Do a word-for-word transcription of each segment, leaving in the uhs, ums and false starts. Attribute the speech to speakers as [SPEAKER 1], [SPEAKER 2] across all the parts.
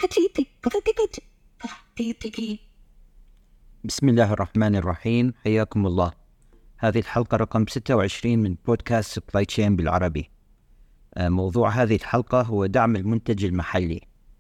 [SPEAKER 1] بسم الله الرحمن الرحيم، حياكم الله. هذه الحلقة رقم ستة وعشرين من بودكاست سبلاي تشين بالعربي. موضوع هذه الحلقة هو دعم المنتج المحلي.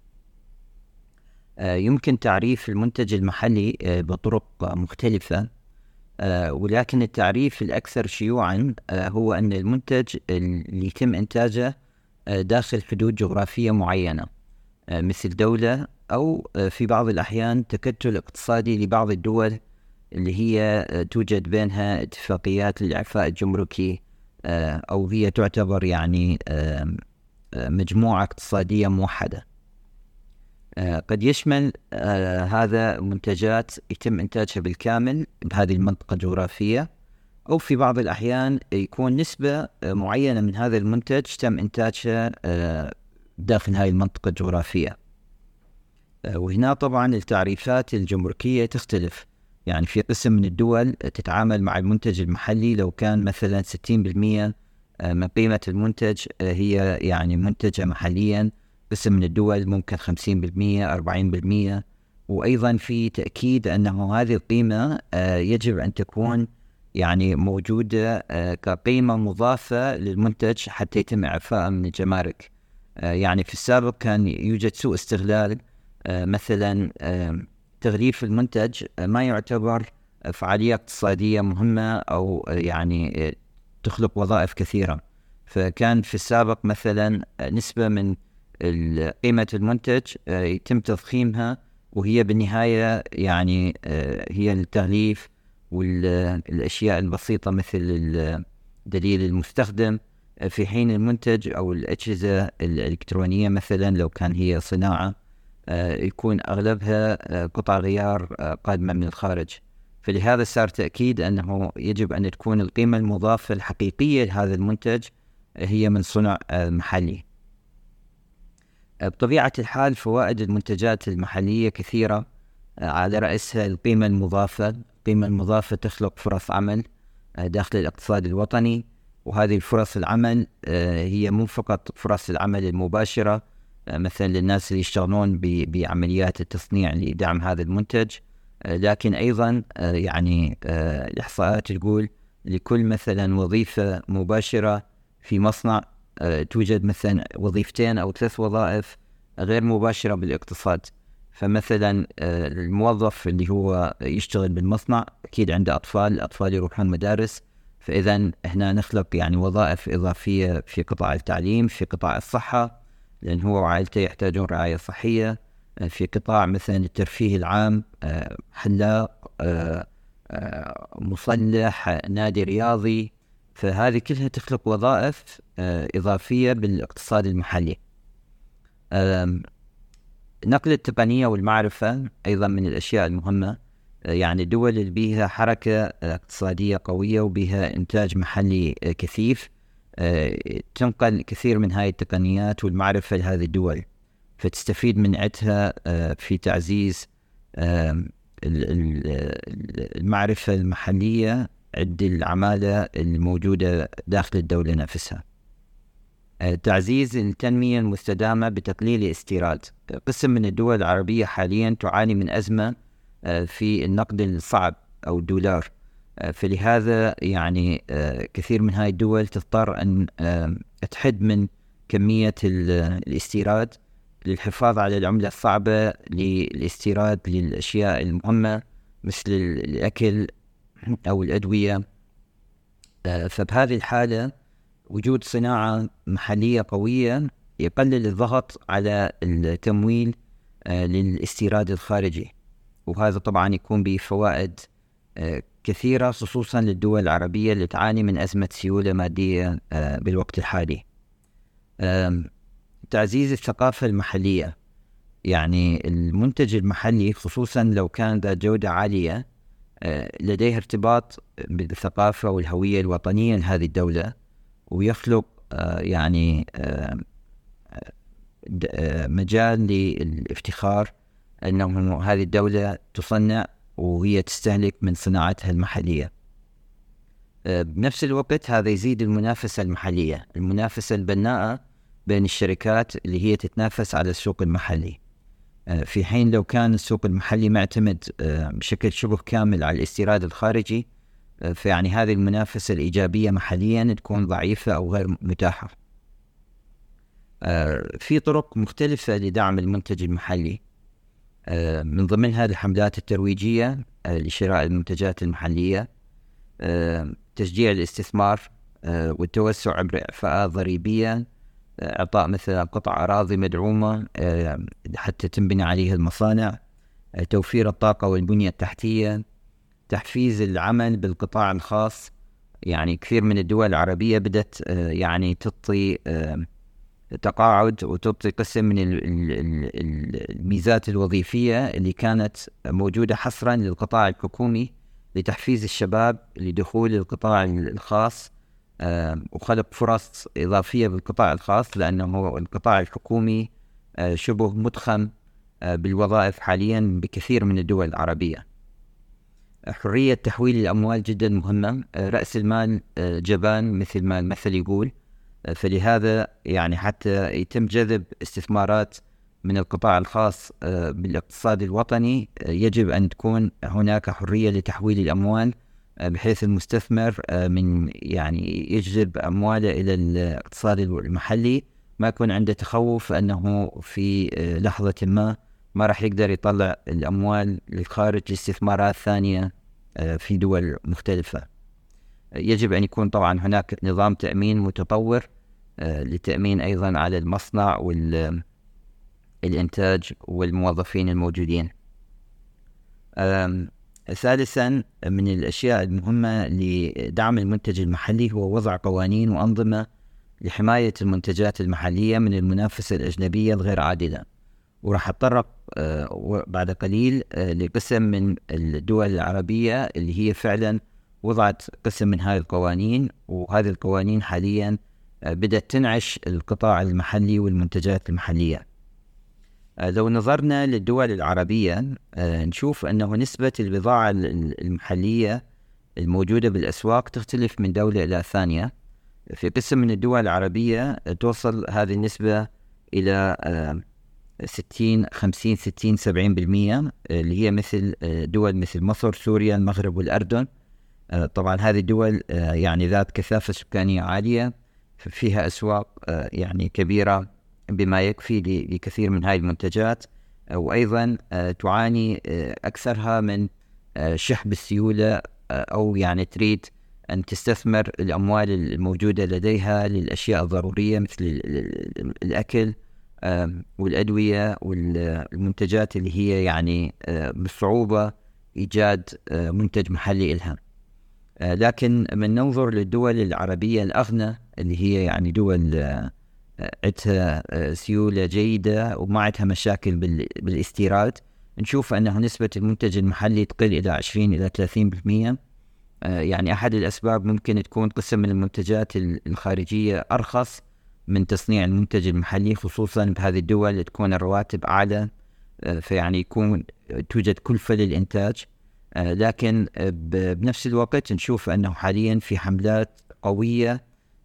[SPEAKER 1] يمكن تعريف المنتج المحلي بطرق مختلفة، ولكن التعريف الأكثر شيوعا هو أن المنتج اللي يتم إنتاجه داخل حدود جغرافية معينة، مثل دولة أو في بعض الأحيان تكتل اقتصادي لبعض الدول اللي هي توجد بينها اتفاقيات للإعفاء الجمركي، أو هي تعتبر يعني مجموعة اقتصادية موحدة. قد يشمل هذا منتجات يتم إنتاجها بالكامل بهذه المنطقة الجغرافية، أو في بعض الأحيان يكون نسبة معينة من هذا المنتج تم إنتاجها داخل هذه المنطقة الجغرافية. وهنا طبعا التعريفات الجمركية تختلف، يعني في قسم من الدول تتعامل مع المنتج المحلي لو كان مثلا ستين بالمئة من قيمة المنتج هي يعني منتجة محليا، قسم من الدول ممكن خمسين بالمئة أربعين بالمئة. وأيضا في تأكيد أنه هذه القيمة يجب أن تكون يعني موجودة كقيمة مضافة للمنتج حتى يتم إعفاء من الجمارك. يعني في السابق كان يوجد سوء استغلال، مثلا تغليف المنتج ما يعتبر فعالية اقتصادية مهمة أو يعني تخلق وظائف كثيرة، فكان في السابق مثلا نسبة من قيمة المنتج يتم تضخيمها، وهي بالنهاية يعني هي التغليف والأشياء البسيطة مثل دليل المستخدم، في حين المنتج أو الأجهزة الإلكترونية مثلا لو كان هي صناعة يكون أغلبها قطع غيار قادمة من الخارج. فلهذا صار تأكيد أنه يجب أن تكون القيمة المضافة الحقيقية لهذا المنتج هي من صنع محلي. بطبيعة الحال فوائد المنتجات المحلية كثيرة، على رأسها القيمة المضافة. القيمة المضافة تخلق فرص عمل داخل الاقتصاد الوطني، وهذه الفرص العمل هي مو فقط فرص العمل المباشرة مثلا للناس اللي يشتغلون بعمليات التصنيع لدعم هذا المنتج، لكن أيضا يعني الإحصاءات تقول لكل مثلا وظيفة مباشرة في مصنع توجد مثلا وظيفتين أو ثلاث وظائف غير مباشرة بالاقتصاد. فمثلا الموظف اللي هو يشتغل بالمصنع أكيد عنده أطفال، الأطفال يروحون مدارس، فإذا هنا نخلق يعني وظائف إضافية في قطاع التعليم، في قطاع الصحة لأن هو وعائلته يحتاجون رعاية صحية، في قطاع مثلا الترفيه العام، حلاق، مصلح، نادي رياضي. فهذه كلها تخلق وظائف إضافية بالاقتصاد المحلي. نقل التقنية والمعرفة أيضا من الأشياء المهمة، يعني الدول اللي بيها حركة اقتصادية قوية وبيها إنتاج محلي كثيف تنقل كثير من هاي التقنيات والمعرفة لهذه الدول، فتستفيد من عدها في تعزيز المعرفة المحلية عند العمالة الموجودة داخل الدولة نفسها. تعزيز التنمية المستدامة بتقليل الاستيراد. قسم من الدول العربية حاليا تعاني من أزمة في النقد الصعب أو الدولار، فلهذا يعني كثير من هاي الدول تضطر أن تحد من كمية الاستيراد للحفاظ على العملة الصعبة للاستيراد للأشياء المهمة مثل الأكل أو الأدوية. فبهذه الحالة وجود صناعة محلية قوية يقلل الضغط على التمويل للاستيراد الخارجي، وهذا طبعا يكون بفوائد كثيرة خصوصا للدول العربية اللي تعاني من أزمة سيولة مادية بالوقت الحالي. تعزيز الثقافة المحلية، يعني المنتج المحلي خصوصا لو كان ذا جودة عالية لديه ارتباط بالثقافة والهوية الوطنية لهذه الدولة، ويخلق يعني مجال للافتخار أنه هذه الدولة تصنع وهي تستهلك من صناعتها المحلية. بنفس الوقت هذا يزيد المنافسة المحلية، المنافسة البناءة بين الشركات اللي هي تتنافس على السوق المحلي. في حين لو كان السوق المحلي معتمد بشكل شبه كامل على الاستيراد الخارجي، فيعني هذه المنافسة الإيجابية محليا تكون ضعيفة أو غير متاحة. في طرق مختلفة لدعم المنتج المحلي، من ضمنها الحملات الترويجية لشراء المنتجات المحلية، تشجيع الاستثمار والتوسع عبر إعفاءات ضريبية، إعطاء مثلا قطع أراضي مدعومة حتى تنبني عليها المصانع، توفير الطاقة والبنية التحتية، تحفيز العمل بالقطاع الخاص. يعني كثير من الدول العربية بدأت يعني تعطي تقاعد وتعطي قسم من الميزات الوظيفية اللي كانت موجودة حصرا للقطاع الحكومي لتحفيز الشباب لدخول القطاع الخاص، وخلق فرص إضافية بالقطاع الخاص، لأنه القطاع الحكومي شبه مضخم بالوظائف حاليا بكثير من الدول العربية. حرية تحويل الأموال جدا مهمة، رأس المال جبان مثل ما المثل يقول، فلهذا يعني حتى يتم جذب استثمارات من القطاع الخاص بالاقتصاد الوطني يجب أن تكون هناك حرية لتحويل الأموال، بحيث المستثمر من يعني يجذب أمواله إلى الاقتصاد المحلي ما يكون عنده تخوف أنه في لحظة ما ما راح يقدر يطلع الأموال للخارج لاستثمارات ثانية في دول مختلفة. يجب أن يكون طبعا هناك نظام تأمين متطور لتأمين أيضا على المصنع والإنتاج والموظفين الموجودين. ثالثا من الأشياء المهمة لدعم المنتج المحلي هو وضع قوانين وأنظمة لحماية المنتجات المحلية من المنافسة الأجنبية الغير عادلة، وراح أتطرق بعد قليل لقسم من الدول العربية اللي هي فعلا وضعت قسم من هذه القوانين، وهذه القوانين حاليا بدأت تنعش القطاع المحلي والمنتجات المحلية. لو نظرنا للدول العربية نشوف أنه نسبة البضاعة المحلية الموجودة بالأسواق تختلف من دولة إلى ثانية. في قسم من الدول العربية توصل هذه النسبة إلى ستين خمسين ستين سبعين بالمية، اللي هي مثل دول مثل مصر، سوريا، المغرب والأردن. طبعا هذه الدول يعني ذات كثافة سكانية عالية، فيها أسواق يعني كبيرة بما يكفي لكثير من هذه المنتجات، وأيضا تعاني أكثرها من شحب السيولة، أو يعني تريد أن تستثمر الأموال الموجودة لديها للأشياء الضرورية مثل الأكل والأدوية والمنتجات اللي هي يعني بصعوبة إيجاد منتج محلي إلها. لكن من ننظر للدول العربية الأغنى اللي هي يعني دول عندها سيولة جيدة وما عندها مشاكل بالاستيراد، نشوف أنه نسبة المنتج المحلي تقل إلى عشرين إلى ثلاثين بالمئة. يعني أحد الأسباب ممكن تكون قسم من المنتجات الخارجية أرخص من تصنيع المنتج المحلي، خصوصا بهذه الدول تكون الرواتب أعلى، فيعني يكون توجد كلفة للإنتاج. لكن بنفس الوقت نشوف أنه حاليا في حملات قوية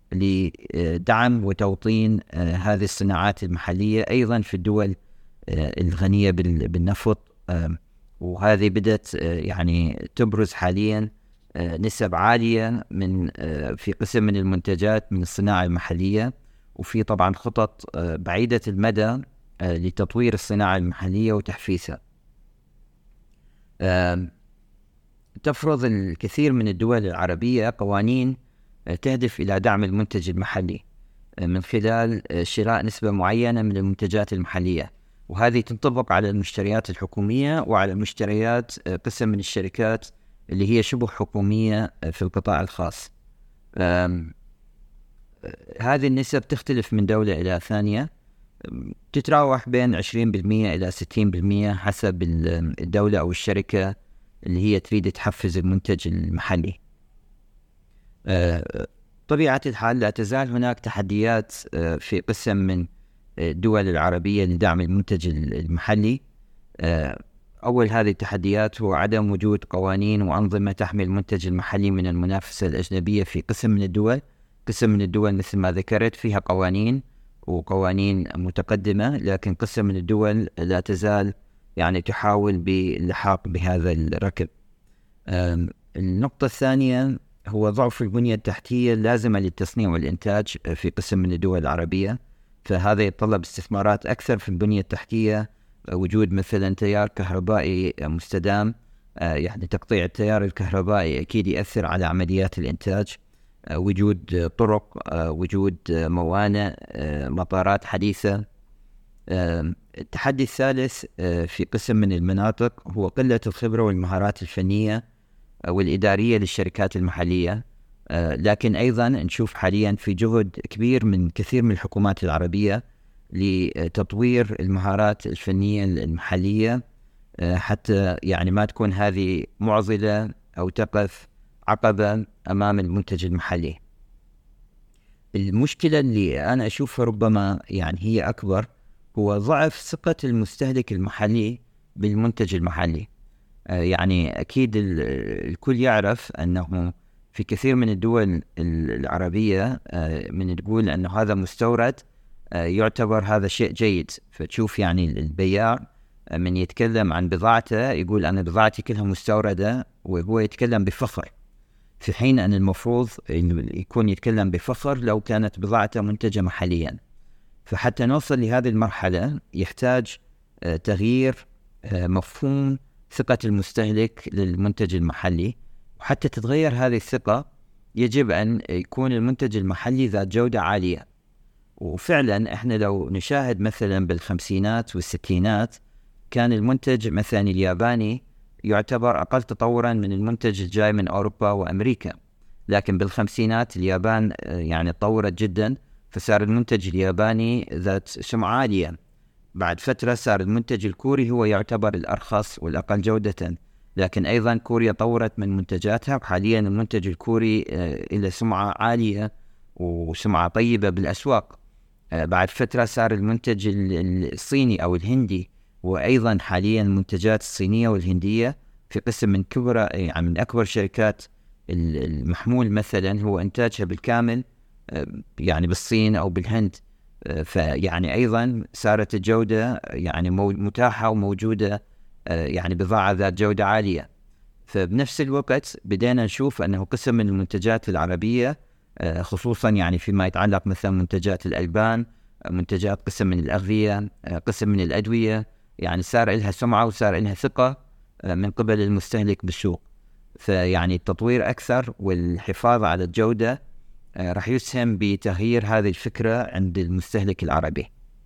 [SPEAKER 1] لدعم وتوطين هذه الصناعات المحلية أيضا في الدول الغنية بالنفط، وهذه بدأت يعني تبرز حاليا نسب عالية من في قسم من المنتجات من الصناعة المحلية، وفي طبعا خطط بعيدة المدى لتطوير الصناعة المحلية وتحفيزها. تفرض الكثير من الدول العربية قوانين تهدف إلى دعم المنتج المحلي من خلال شراء نسبة معينة من المنتجات المحلية، وهذه تنطبق على المشتريات الحكومية وعلى مشتريات قسم من الشركات اللي هي شبه حكومية في القطاع الخاص. هذه النسب تختلف من دولة إلى ثانية، تتراوح بين عشرين بالمئة إلى ستين بالمئة حسب الدولة أو الشركة اللي هي تريد تحفز المنتج المحلي. طبيعة الحال لا تزال هناك تحديات في قسم من الدول العربية لدعم المنتج المحلي. أول هذه التحديات هو عدم وجود قوانين وأنظمة تحمي المنتج المحلي من المنافسة الأجنبية في قسم من الدول. قسم من الدول مثل ما ذكرت فيها قوانين وقوانين متقدمة، لكن قسم من الدول لا تزال يعني تحاول باللحاق بهذا الركب. النقطة الثانية هو ضعف البنية التحتية اللازمة للتصنيع والإنتاج في قسم من الدول العربية، فهذا يتطلب استثمارات أكثر في البنية التحتية، وجود مثلا تيار كهربائي مستدام، يعني تقطيع التيار الكهربائي أكيد يأثر على عمليات الإنتاج، وجود طرق، وجود موانئ، مطارات حديثة. التحدي الثالث في قسم من المناطق هو قلة الخبرة والمهارات الفنية والإدارية للشركات المحلية، لكن أيضا نشوف حاليا في جهد كبير من كثير من الحكومات العربية لتطوير المهارات الفنية المحلية، حتى يعني ما تكون هذه معضلة أو تقف عقبة أمام المنتج المحلي. المشكلة اللي أنا أشوفها ربما يعني هي أكبر هو ضعف ثقة المستهلك المحلي بالمنتج المحلي. يعني أكيد الكل يعرف أنه في كثير من الدول العربية من تقول أنه هذا مستورد يعتبر هذا شيء جيد، فتشوف يعني البياع من يتكلم عن بضاعته يقول أنا بضاعتي كلها مستوردة، وهو يتكلم بفخر، في حين أن المفروض يكون يتكلم بفخر لو كانت بضاعته منتجة محليا. فحتى نوصل لهذه المرحلة يحتاج تغيير مفهوم ثقة المستهلك للمنتج المحلي، وحتى تتغير هذه الثقة يجب أن يكون المنتج المحلي ذات جودة عالية. وفعلا احنا لو نشاهد مثلا بالخمسينات والستينات كان المنتج مثلا الياباني يعتبر أقل تطورا من المنتج الجاي من أوروبا وأمريكا، لكن بالخمسينات اليابان يعني تطورت جدا، فصار المنتج الياباني ذات سمعة عالية. بعد فترة صار المنتج الكوري هو يعتبر الأرخص والأقل جودة، لكن أيضا كوريا طورت من منتجاتها، وحاليا المنتج الكوري إلى سمعة عالية وسمعة طيبة بالأسواق. بعد فترة صار المنتج الصيني أو الهندي، وأيضا حاليا المنتجات الصينية والهندية في قسم من كبرى يعني من أكبر شركات المحمول مثلا هو إنتاجها بالكامل يعني بالصين أو بالهند، فيعني أيضا صارت الجودة يعني متاحة وموجودة، يعني بضاعة ذات جودة عالية. فبنفس الوقت بدينا نشوف أنه قسم من المنتجات العربية خصوصا يعني فيما يتعلق مثلا منتجات الألبان، منتجات قسم من الأغذية، قسم من الأدوية، يعني صار لها سمعة وصار لها ثقة من قبل المستهلك بالسوق. فيعني التطوير أكثر والحفاظ على الجودة رح يسهم بتغيير هذه الفكرة عند المستهلك العربي.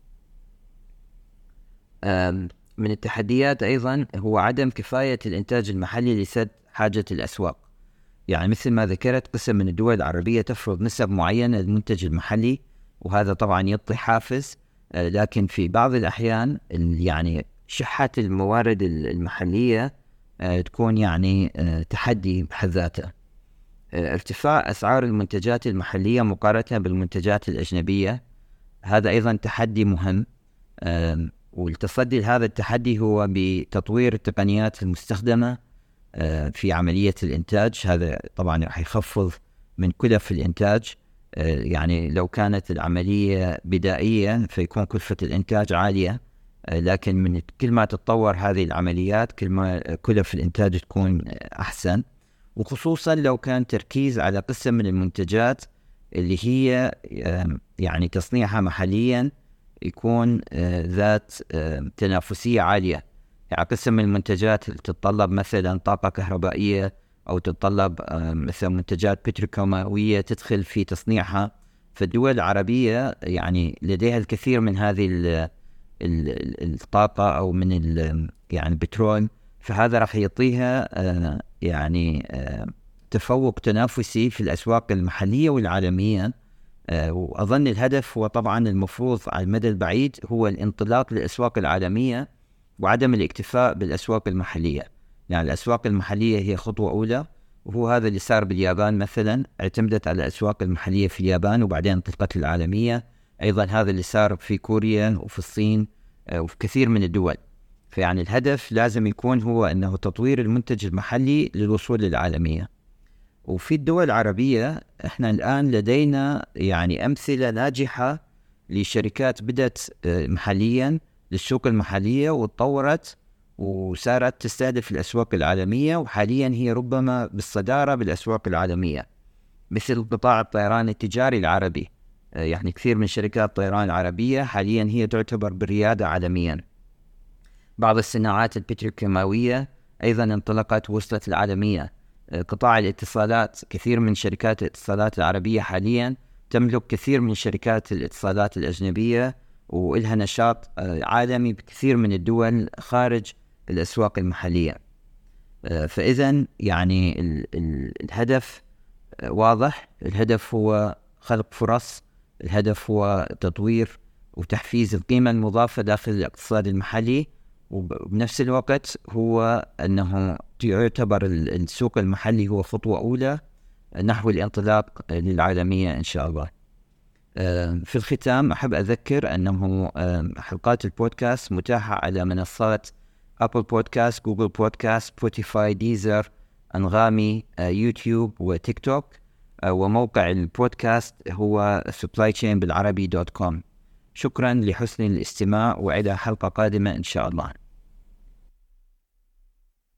[SPEAKER 1] من التحديات أيضا هو عدم كفاية الإنتاج المحلي لسد حاجة الأسواق. يعني مثل ما ذكرت قسم من الدول العربية تفرض نسب معينة للمنتج المحلي، وهذا طبعا يعطي حافز، لكن في بعض الأحيان يعني شحة الموارد المحلية تكون يعني تحدي بحد ذاته. ارتفاع أسعار المنتجات المحلية مقارنة بالمنتجات الأجنبية هذا أيضا تحدي مهم، والتصدي لهذا التحدي هو بتطوير التقنيات المستخدمة في عملية الإنتاج. هذا طبعا راح يخفض من كلف الإنتاج، يعني لو كانت العملية بدائية فيكون كلفة الإنتاج عالية، لكن من كل ما تتطور هذه العمليات كل ما كلف الإنتاج تكون أحسن، وخصوصا لو كان تركيز على قسم من المنتجات اللي هي يعني تصنيعها محليا يكون ذات تنافسية عالية. يعني قسم من المنتجات تتطلب مثلا طاقة كهربائية أو تتطلب مثلا منتجات بتروكيماوية تدخل في تصنيعها، فالدول العربية يعني لديها الكثير من هذه الطاقة أو من يعني البترول، فهذا راح يعطيها يعني تفوق تنافسي في الأسواق المحلية والعالمية. وأظن الهدف هو طبعا المفروض على المدى البعيد هو الانطلاق للأسواق العالمية وعدم الاكتفاء بالأسواق المحلية. يعني الأسواق المحلية هي خطوة أولى، وهو هذا اللي صار باليابان مثلا، اعتمدت على الأسواق المحلية في اليابان وبعدين انطلقت العالمية. أيضا هذا اللي صار في كوريا وفي الصين وفي كثير من الدول. فيعني الهدف لازم يكون هو أنه تطوير المنتج المحلي للوصول للعالمية. وفي الدول العربية احنا الآن لدينا يعني أمثلة ناجحة لشركات بدأت محليا للسوق المحلية وتطورت وصارت تستهدف الأسواق العالمية، وحاليا هي ربما بالصدارة بالأسواق العالمية، مثل قطاع الطيران التجاري العربي. يعني كثير من شركات الطيران العربية حاليا هي تعتبر بالريادة عالميا. بعض الصناعات البتروكيماوية أيضا انطلقت ووصلت العالمية. قطاع الاتصالات، كثير من شركات الاتصالات العربية حاليا تملك كثير من شركات الاتصالات الأجنبية، وإلها نشاط عالمي بكثير من الدول خارج الأسواق المحلية. فإذا يعني ال ال الهدف واضح، الهدف هو خلق فرص، الهدف هو تطوير وتحفيز القيمة المضافة داخل الاقتصاد المحلي، وبنفس الوقت هو أنه يعتبر السوق المحلي هو خطوة أولى نحو الانطلاق للعالمية إن شاء الله. في الختام أحب أذكر أنه حلقات البودكاست متاحة على منصات أبل بودكاست، جوجل بودكاست، سبوتيفاي، ديزر، أنغامي، يوتيوب وتيك توك، وموقع البودكاست هو supply chain بالعربي دوت كوم. شكرا لحسن الاستماع، وإلى حلقة قادمة إن شاء الله.